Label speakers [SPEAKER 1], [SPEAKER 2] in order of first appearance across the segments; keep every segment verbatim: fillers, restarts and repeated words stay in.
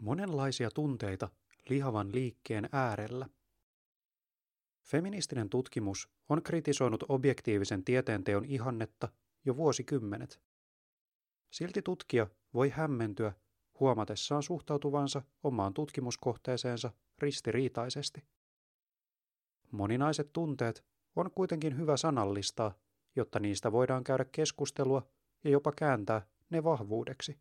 [SPEAKER 1] Monenlaisia tunteita lihavan liikkeen äärellä. Feministinen tutkimus on kritisoinut objektiivisen tieteenteon ihannetta jo vuosikymmenet. Silti tutkija voi hämmentyä huomatessaan suhtautuvansa omaan tutkimuskohteeseensa ristiriitaisesti. Moninaiset tunteet on kuitenkin hyvä sanallistaa, jotta niistä voidaan käydä keskustelua ja jopa kääntää ne vahvuudeksi.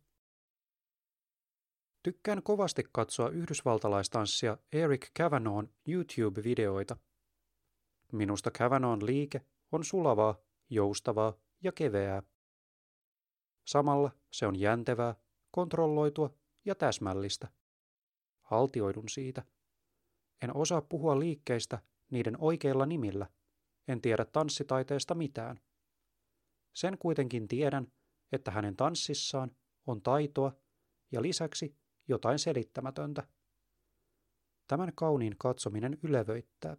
[SPEAKER 1] Tykkään kovasti katsoa yhdysvaltalaistanssia Eric Cavanaughin YouTube-videoita. Minusta Cavanaghin liike on sulavaa, joustavaa ja keveää. Samalla se on jäntevää, kontrolloitua ja täsmällistä. Haltioidun siitä. En osaa puhua liikkeistä niiden oikeilla nimillä. En tiedä tanssitaiteesta mitään. Sen kuitenkin tiedän, että hänen tanssissaan on taitoa ja lisäksi jotain selittämätöntä. Tämän kauniin katsominen ylevöittää.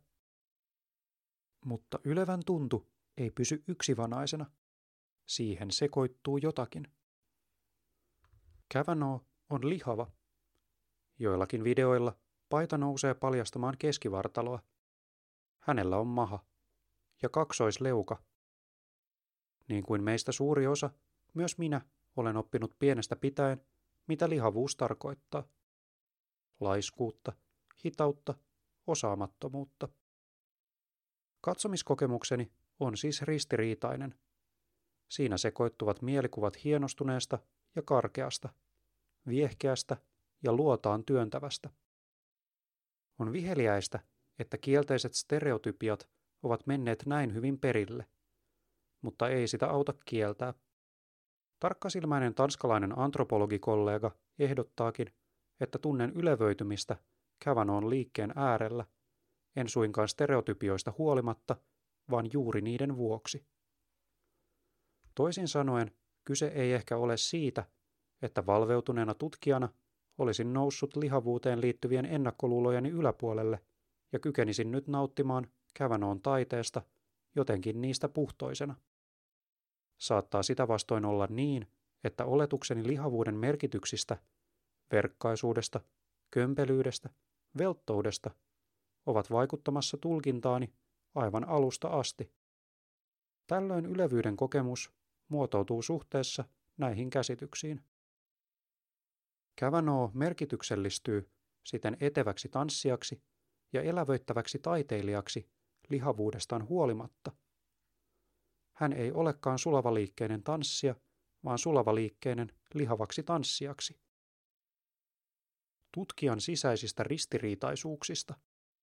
[SPEAKER 1] Mutta ylevän tuntu ei pysy yksivanaisena. Siihen sekoittuu jotakin. Cavanaugh on lihava. Joillakin videoilla paita nousee paljastamaan keskivartaloa. Hänellä on maha ja kaksoisleuka. Niin kuin meistä suuri osa, myös minä olen oppinut pienestä pitäen, mitä lihavuus tarkoittaa. Laiskuutta, hitautta, osaamattomuutta. Katsomiskokemukseni on siis ristiriitainen. Siinä sekoittuvat mielikuvat hienostuneesta ja karkeasta, viehkeästä ja luotaan työntävästä. On viheliäistä, että kielteiset stereotypiat ovat menneet näin hyvin perille, mutta ei sitä auta kieltää. Tarkkasilmäinen tanskalainen antropologikollega ehdottaakin, että tunnen ylevöitymistä Cavanaughin liikkeen äärellä, en suinkaan stereotypioista huolimatta, vaan juuri niiden vuoksi. Toisin sanoen, kyse ei ehkä ole siitä, että valveutuneena tutkijana olisin noussut lihavuuteen liittyvien ennakkoluulojeni yläpuolelle ja kykenisin nyt nauttimaan Cavanaughin taiteesta jotenkin niistä puhtoisena. Saattaa sitä vastoin olla niin, että oletukseni lihavuuden merkityksistä, verkkaisuudesta, kömpelyydestä, velttoudesta ovat vaikuttamassa tulkintaani aivan alusta asti. Tällöin ylevyyden kokemus muotoutuu suhteessa näihin käsityksiin. Cavanaugh merkityksellistyy siten eteväksi tanssijaksi ja elävöittäväksi taiteilijaksi lihavuudestaan huolimatta. Hän ei olekaan sulavaliikkeinen tanssija, vaan sulavaliikkeinen lihavaksi tanssijaksi. Tutkijan sisäisistä ristiriitaisuuksista.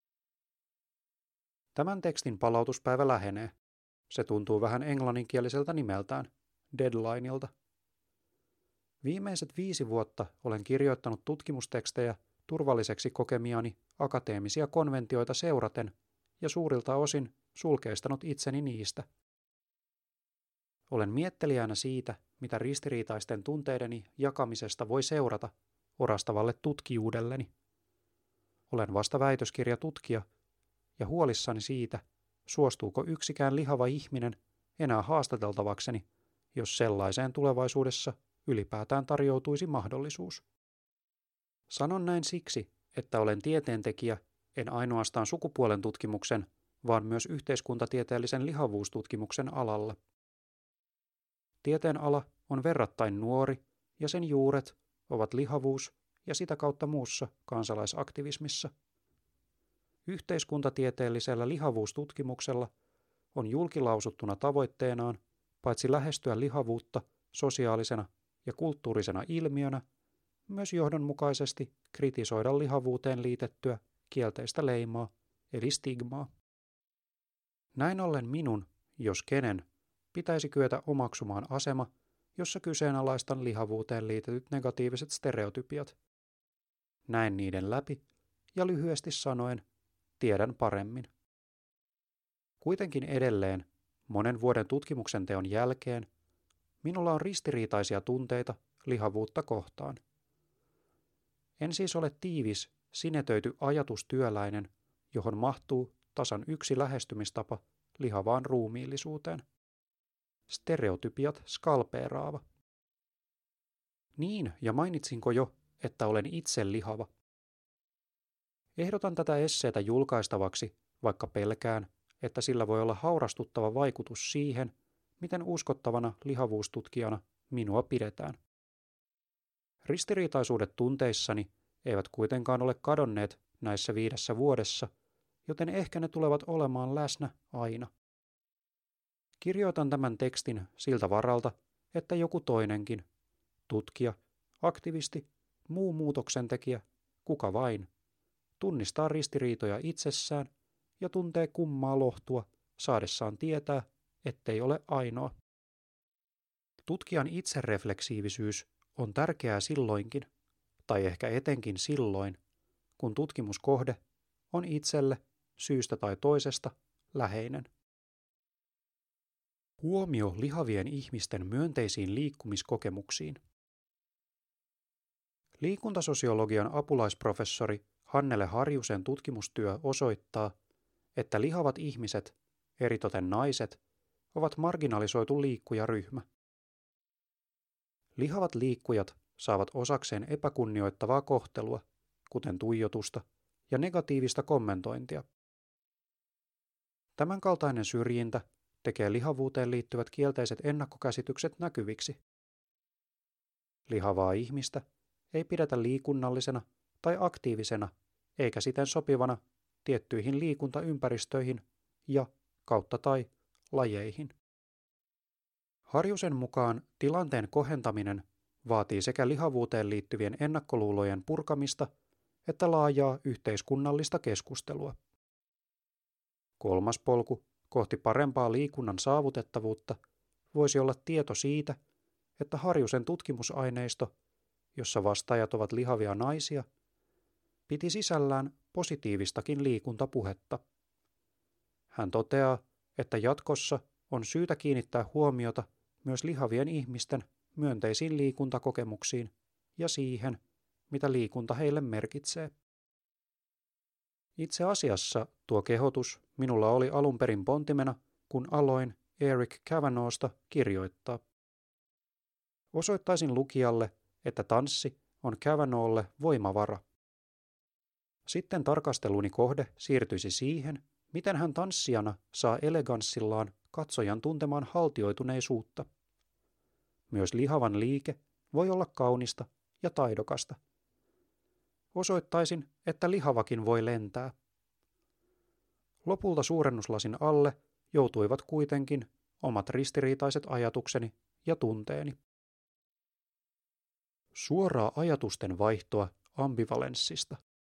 [SPEAKER 1] Tämän tekstin palautuspäivä lähenee. Se tuntuu vähän englanninkieliseltä nimeltään, deadlineilta. Viimeiset viisi vuotta olen kirjoittanut tutkimustekstejä turvalliseksi kokemiani akateemisia konventioita seuraten ja suurilta osin sulkeistanut itseni niistä. Olen miettelijänä siitä, mitä ristiriitaisten tunteideni jakamisesta voi seurata orastavalle tutkijuudelleni. Olen vasta väitöskirjatutkija ja huolissani siitä, suostuuko yksikään lihava ihminen enää haastateltavakseni, jos sellaiseen tulevaisuudessa ylipäätään tarjoutuisi mahdollisuus. Sanon näin siksi, että olen tieteentekijä en ainoastaan sukupuolen tutkimuksen, vaan myös yhteiskuntatieteellisen lihavuustutkimuksen alalla. Tieteen ala on verrattain nuori ja sen juuret ovat lihavuus ja sitä kautta muussa kansalaisaktivismissa. Yhteiskuntatieteellisellä lihavuustutkimuksella on julkilausuttuna tavoitteenaan paitsi lähestyä lihavuutta sosiaalisena ja kulttuurisena ilmiönä, myös johdonmukaisesti kritisoida lihavuuteen liitettyä kielteistä leimaa eli stigmaa. Näin ollen minun, jos kenen, pitäisi kyetä omaksumaan asema, jossa kyseenalaistan lihavuuteen liitetyt negatiiviset stereotypiat. Näen niiden läpi ja lyhyesti sanoen tiedän paremmin. Kuitenkin edelleen, monen vuoden tutkimuksen teon jälkeen, minulla on ristiriitaisia tunteita lihavuutta kohtaan. En siis ole tiivis, sinetöity ajatustyöläinen, johon mahtuu tasan yksi lähestymistapa lihavaan ruumiillisuuteen. Stereotypiat skalpeeraava. Niin, ja mainitsinko jo, että olen itse lihava. Ehdotan tätä esseetä julkaistavaksi, vaikka pelkään, että sillä voi olla haurastuttava vaikutus siihen, miten uskottavana lihavuustutkijana minua pidetään. Ristiriitaisuudet tunteissani eivät kuitenkaan ole kadonneet näissä viidessä vuodessa, joten ehkä ne tulevat olemaan läsnä aina. Kirjoitan tämän tekstin siltä varalta, että joku toinenkin, tutkija, aktivisti, muu muutoksentekijä, kuka vain, tunnistaa ristiriitoja itsessään ja tuntee kummaa lohtua saadessaan tietää, ettei ole ainoa. Tutkijan itserefleksiivisyys on tärkeää silloinkin, tai ehkä etenkin silloin, kun tutkimuskohde on itselle syystä tai toisesta läheinen. Huomio lihavien ihmisten myönteisiin liikkumiskokemuksiin. Liikuntasosiologian apulaisprofessori Hannele Harjusen tutkimustyö osoittaa, että lihavat ihmiset, eritoten naiset, ovat marginalisoitu liikkujaryhmä. Lihavat liikkujat saavat osakseen epäkunnioittavaa kohtelua, kuten tuijotusta ja negatiivista kommentointia. Tämänkaltainen syrjintä tekee lihavuuteen liittyvät kielteiset ennakkokäsitykset näkyviksi. Lihavaa ihmistä ei pidetä liikunnallisena tai aktiivisena eikä siten sopivana tiettyihin liikuntaympäristöihin ja kautta tai lajeihin. Harjusen mukaan tilanteen kohentaminen vaatii sekä lihavuuteen liittyvien ennakkoluulojen purkamista että laajaa yhteiskunnallista keskustelua. Kolmas polku kohti parempaa liikunnan saavutettavuutta voisi olla tieto siitä, että Harjusen tutkimusaineisto, jossa vastaajat ovat lihavia naisia, piti sisällään positiivistakin liikuntapuhetta. Hän toteaa, että jatkossa on syytä kiinnittää huomiota myös lihavien ihmisten myönteisiin liikuntakokemuksiin ja siihen, mitä liikunta heille merkitsee. Itse asiassa tuo kehotus minulla oli alun perin pontimena, kun aloin Eric Kavanaughsta kirjoittaa. Osoittaisin lukijalle, että tanssi on Kavanaughlle voimavara. Sitten tarkasteluni kohde siirtyisi siihen, miten hän tanssijana saa eleganssillaan katsojan tuntemaan haltioituneisuutta. Myös lihavan liike voi olla kaunista ja taidokasta. Osoittaisin, että lihavakin voi lentää. Lopulta suurennuslasin alle joutuivat kuitenkin omat ristiriitaiset ajatukseni ja tunteeni. Suoraa ajatusten vaihtoa ambivalenssista.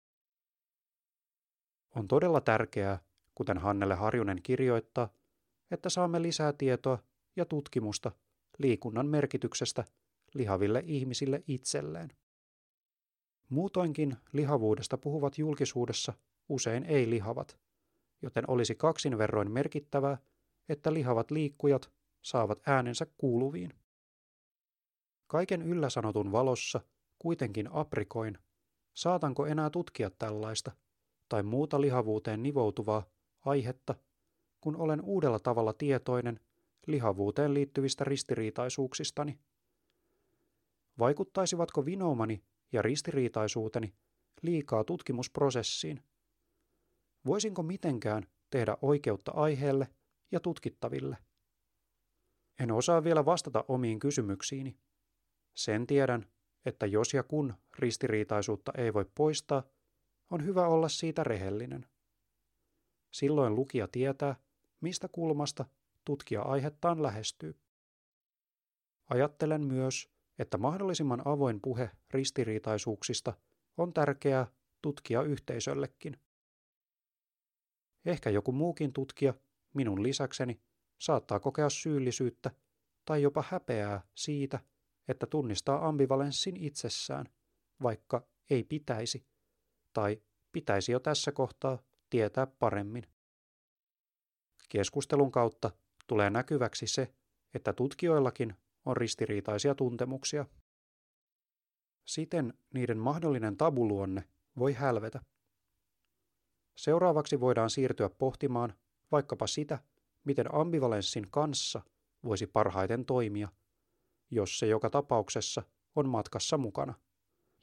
[SPEAKER 1] On todella tärkeää, kuten Hannele Harjunen kirjoittaa, että saamme lisää tietoa ja tutkimusta liikunnan merkityksestä lihaville ihmisille itselleen. Muutoinkin lihavuudesta puhuvat julkisuudessa usein ei-lihavat, joten olisi kaksin verroin merkittävää, että lihavat liikkujat saavat äänensä kuuluviin. Kaiken yllä sanotun valossa kuitenkin aprikoin, saatanko enää tutkia tällaista tai muuta lihavuuteen nivoutuvaa aihetta, kun olen uudella tavalla tietoinen lihavuuteen liittyvistä ristiriitaisuuksistani. Vaikuttaisivatko vinoumani ja ristiriitaisuuteni liikaa tutkimusprosessiin? Voisinko mitenkään tehdä oikeutta aiheelle ja tutkittaville? En osaa vielä vastata omiin kysymyksiini. Sen tiedän, että jos ja kun ristiriitaisuutta ei voi poistaa, on hyvä olla siitä rehellinen. Silloin lukija tietää, mistä kulmasta tutkija aihettaan lähestyy. Ajattelen myös, että mahdollisimman avoin puhe ristiriitaisuuksista on tärkeää tutkijayhteisöllekin. Ehkä joku muukin tutkija minun lisäkseni saattaa kokea syyllisyyttä tai jopa häpeää siitä, että tunnistaa ambivalenssin itsessään, vaikka ei pitäisi, tai pitäisi jo tässä kohtaa tietää paremmin. Keskustelun kautta tulee näkyväksi se, että tutkijoillakin on ristiriitaisia tuntemuksia. Siten niiden mahdollinen tabuluonne voi hälvetä. Seuraavaksi voidaan siirtyä pohtimaan vaikkapa sitä, miten ambivalenssin kanssa voisi parhaiten toimia, jos se joka tapauksessa on matkassa mukana,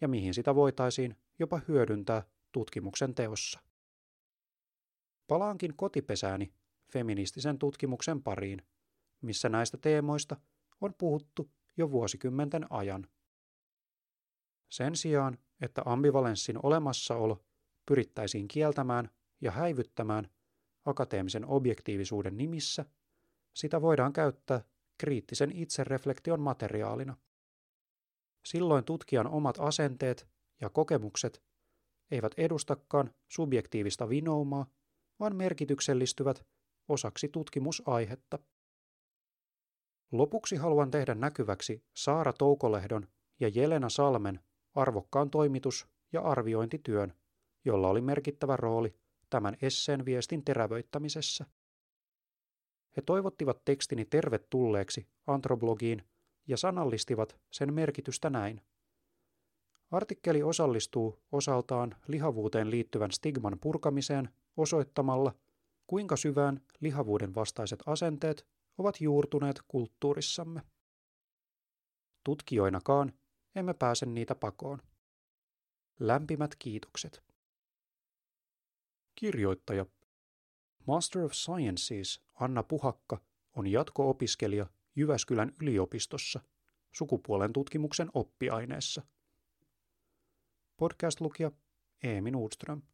[SPEAKER 1] ja mihin sitä voitaisiin jopa hyödyntää tutkimuksen teossa. Palaankin kotipesääni feministisen tutkimuksen pariin, missä näistä teemoista on puhuttu jo vuosikymmenten ajan. Sen sijaan, että ambivalenssin olemassaolo pyrittäisiin kieltämään ja häivyttämään akateemisen objektiivisuuden nimissä, sitä voidaan käyttää kriittisen itsereflektion materiaalina. Silloin tutkijan omat asenteet ja kokemukset eivät edustakaan subjektiivista vinoumaa, vaan merkityksellistyvät osaksi tutkimusaihetta. Lopuksi haluan tehdä näkyväksi Saara Toukolehdon ja Jelena Salmen arvokkaan toimitus- ja arviointityön, jolla oli merkittävä rooli tämän esseen viestin terävöittämisessä. He toivottivat tekstini tervetulleeksi Antroblogiin ja sanallistivat sen merkitystä näin. Artikkeli osallistuu osaltaan lihavuuteen liittyvän stigman purkamiseen osoittamalla, kuinka syvään lihavuuden vastaiset asenteet ovat juurtuneet kulttuurissamme. Tutkijoinakaan emme pääse niitä pakoon. Lämpimät kiitokset. Kirjoittaja. Master of Sciences Anna Puhakka on jatko-opiskelija Jyväskylän yliopistossa sukupuolen tutkimuksen oppiaineessa. Podcast-lukija Eemi Nordström.